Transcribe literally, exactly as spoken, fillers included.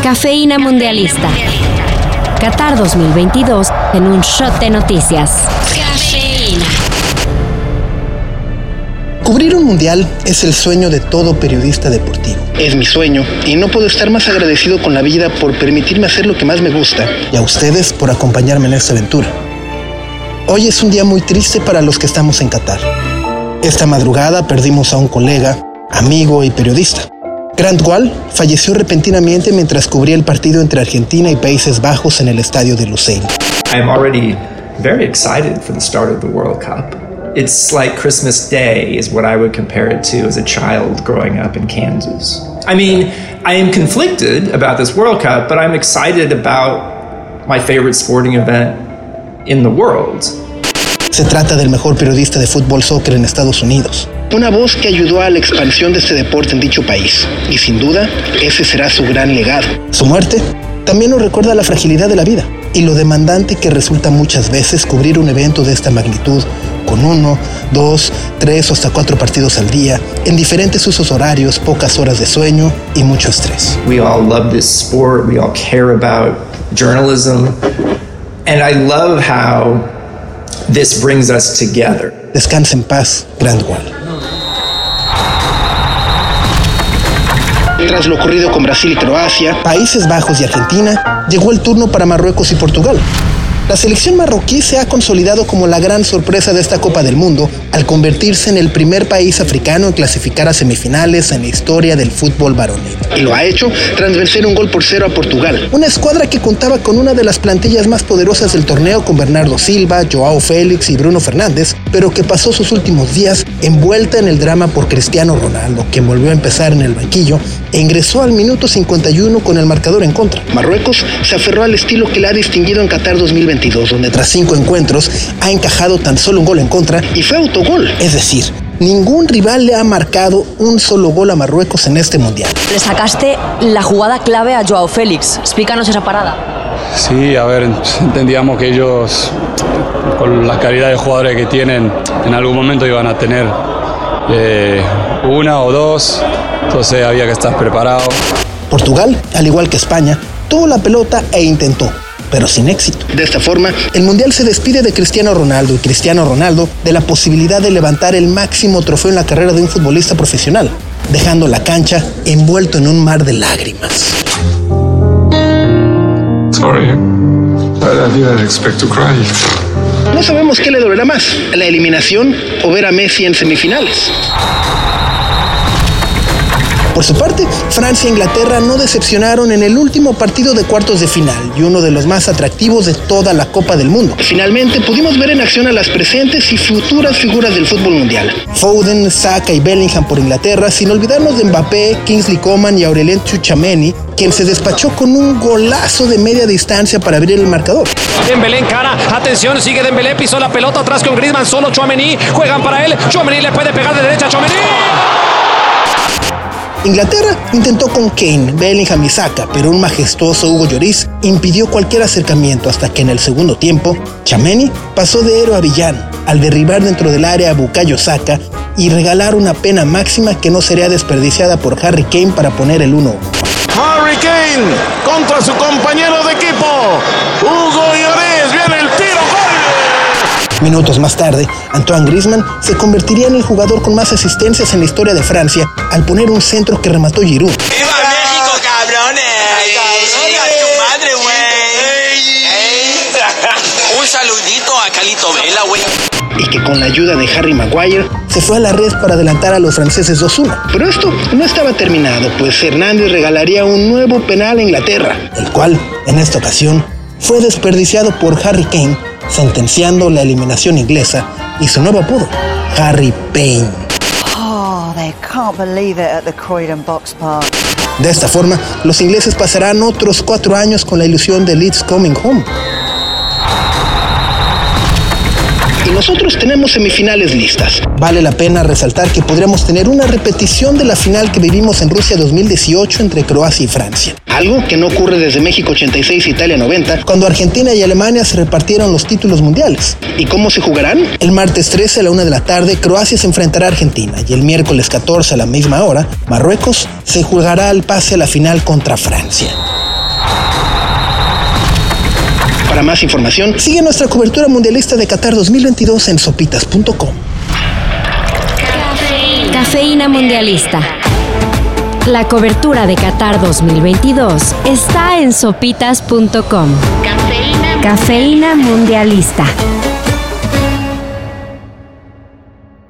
Cafeína Mundialista. Qatar dos mil veintidós en un shot de noticias. Cafeína. Cubrir un mundial es el sueño de todo periodista deportivo. Es mi sueño y no puedo estar más agradecido con la vida por permitirme hacer lo que más me gusta y a ustedes por acompañarme en esta aventura. Hoy es un día muy triste para los que estamos en Qatar. Esta madrugada perdimos a un colega, amigo y periodista. Grant Wahl falleció repentinamente mientras cubría el partido entre Argentina y Países Bajos en el estadio de Lusail. I'm already very excited for the start of the World Cup. It's like Christmas Day is what I would compare it to as a child growing up in Kansas. I mean, I am conflicted about this World Cup, but I'm excited about my favorite sporting event in the world. Se trata del mejor periodista de fútbol soccer en Estados Unidos. Una voz que ayudó a la expansión de este deporte en dicho país. Y sin duda, ese será su gran legado. Su muerte también nos recuerda la fragilidad de la vida y lo demandante que resulta muchas veces cubrir un evento de esta magnitud con uno, dos, tres o hasta cuatro partidos al día, en diferentes usos horarios, pocas horas de sueño y mucho estrés. We all love this sport. We all care about journalism. And I love how this brings us together. Descansa en paz, Grant Wahl. Tras lo ocurrido con Brasil y Croacia, Países Bajos y Argentina, llegó el turno para Marruecos y Portugal. La selección marroquí se ha consolidado como la gran sorpresa de esta Copa del Mundo al convertirse en el primer país africano en clasificar a semifinales en la historia del fútbol varonil. Y lo ha hecho tras vencer un gol por cero a Portugal. Una escuadra que contaba con una de las plantillas más poderosas del torneo con Bernardo Silva, Joao Félix y Bruno Fernández, pero que pasó sus últimos días envuelta en el drama por Cristiano Ronaldo, quien volvió a empezar en el banquillo e ingresó al minuto cincuenta y uno con el marcador en contra. Marruecos se aferró al estilo que le ha distinguido en Qatar dos mil veintidós, donde tras cinco encuentros ha encajado tan solo un gol en contra y fue autogol. Es decir, ningún rival le ha marcado un solo gol a Marruecos en este mundial. Le sacaste la jugada clave a Joao Félix. Explícanos esa parada. Sí, a ver, entendíamos que ellos, con la calidad de jugadores que tienen, en algún momento iban a tener eh, una o dos, entonces había que estar preparado. Portugal, al igual que España, tuvo la pelota e intentó, pero sin éxito. De esta forma, el Mundial se despide de Cristiano Ronaldo y Cristiano Ronaldo de la posibilidad de levantar el máximo trofeo en la carrera de un futbolista profesional, dejando la cancha envuelto en un mar de lágrimas. Sorry, but I didn't expect to cry. No sabemos qué le dolerá más, la eliminación o ver a Messi en semifinales. Por su parte, Francia e Inglaterra no decepcionaron en el último partido de cuartos de final y uno de los más atractivos de toda la Copa del Mundo. Finalmente, pudimos ver en acción a las presentes y futuras figuras del fútbol mundial. Foden, Saka y Bellingham por Inglaterra, sin olvidarnos de Mbappé, Kingsley Coman y Aurelien Tchouameni, quien se despachó con un golazo de media distancia para abrir el marcador. Dembélé encara, atención, sigue Dembélé, pisó la pelota atrás con Griezmann, solo Tchouameni, juegan para él, Tchouameni le puede pegar de derecha a Tchouameni. Inglaterra intentó con Kane, Bellingham y Saka, pero un majestuoso Hugo Lloris impidió cualquier acercamiento hasta que en el segundo tiempo, Tchouameni pasó de héroe a villano al derribar dentro del área a Bukayo Saka y regalar una pena máxima que no sería desperdiciada por Harry Kane para poner el uno uno. Harry Kane contra su compañero de equipo, Hugo Lloris, viene el tiro, gol. Minutos más tarde, Antoine Griezmann se convertiría en el jugador con más asistencias en la historia de Francia al poner un centro que remató Giroud. ¡Viva México, cabrones! ¡Chinga tu madre, güey! Un saludito a Calito Vela, güey. Y que con la ayuda de Harry Maguire se fue a la red para adelantar a los franceses dos uno. Pero esto no estaba terminado, pues Hernández regalaría un nuevo penal a Inglaterra, el cual, en esta ocasión, fue desperdiciado por Harry Kane, sentenciando la eliminación inglesa y su nuevo apodo, Harry Payne. Oh, they can't believe it at the Croydon Box Park. De esta forma, los ingleses pasarán otros cuatro años con la ilusión de Leeds Coming Home. Y nosotros tenemos semifinales listas. Vale la pena resaltar que podríamos tener una repetición de la final que vivimos en Rusia dos mil dieciocho entre Croacia y Francia. Algo que no ocurre desde México ochenta y seis e Italia noventa, cuando Argentina y Alemania se repartieron los títulos mundiales. ¿Y cómo se jugarán? El martes trece a la una de la tarde, Croacia se enfrentará a Argentina y el miércoles catorce a la misma hora, Marruecos se jugará el pase a la final contra Francia. Para más información, sigue nuestra cobertura mundialista de Qatar dos mil veintidós en sopitas punto com. Cafeína Mundialista. La cobertura de Qatar dos mil veintidós está en sopitas punto com. Cafeína Mundialista.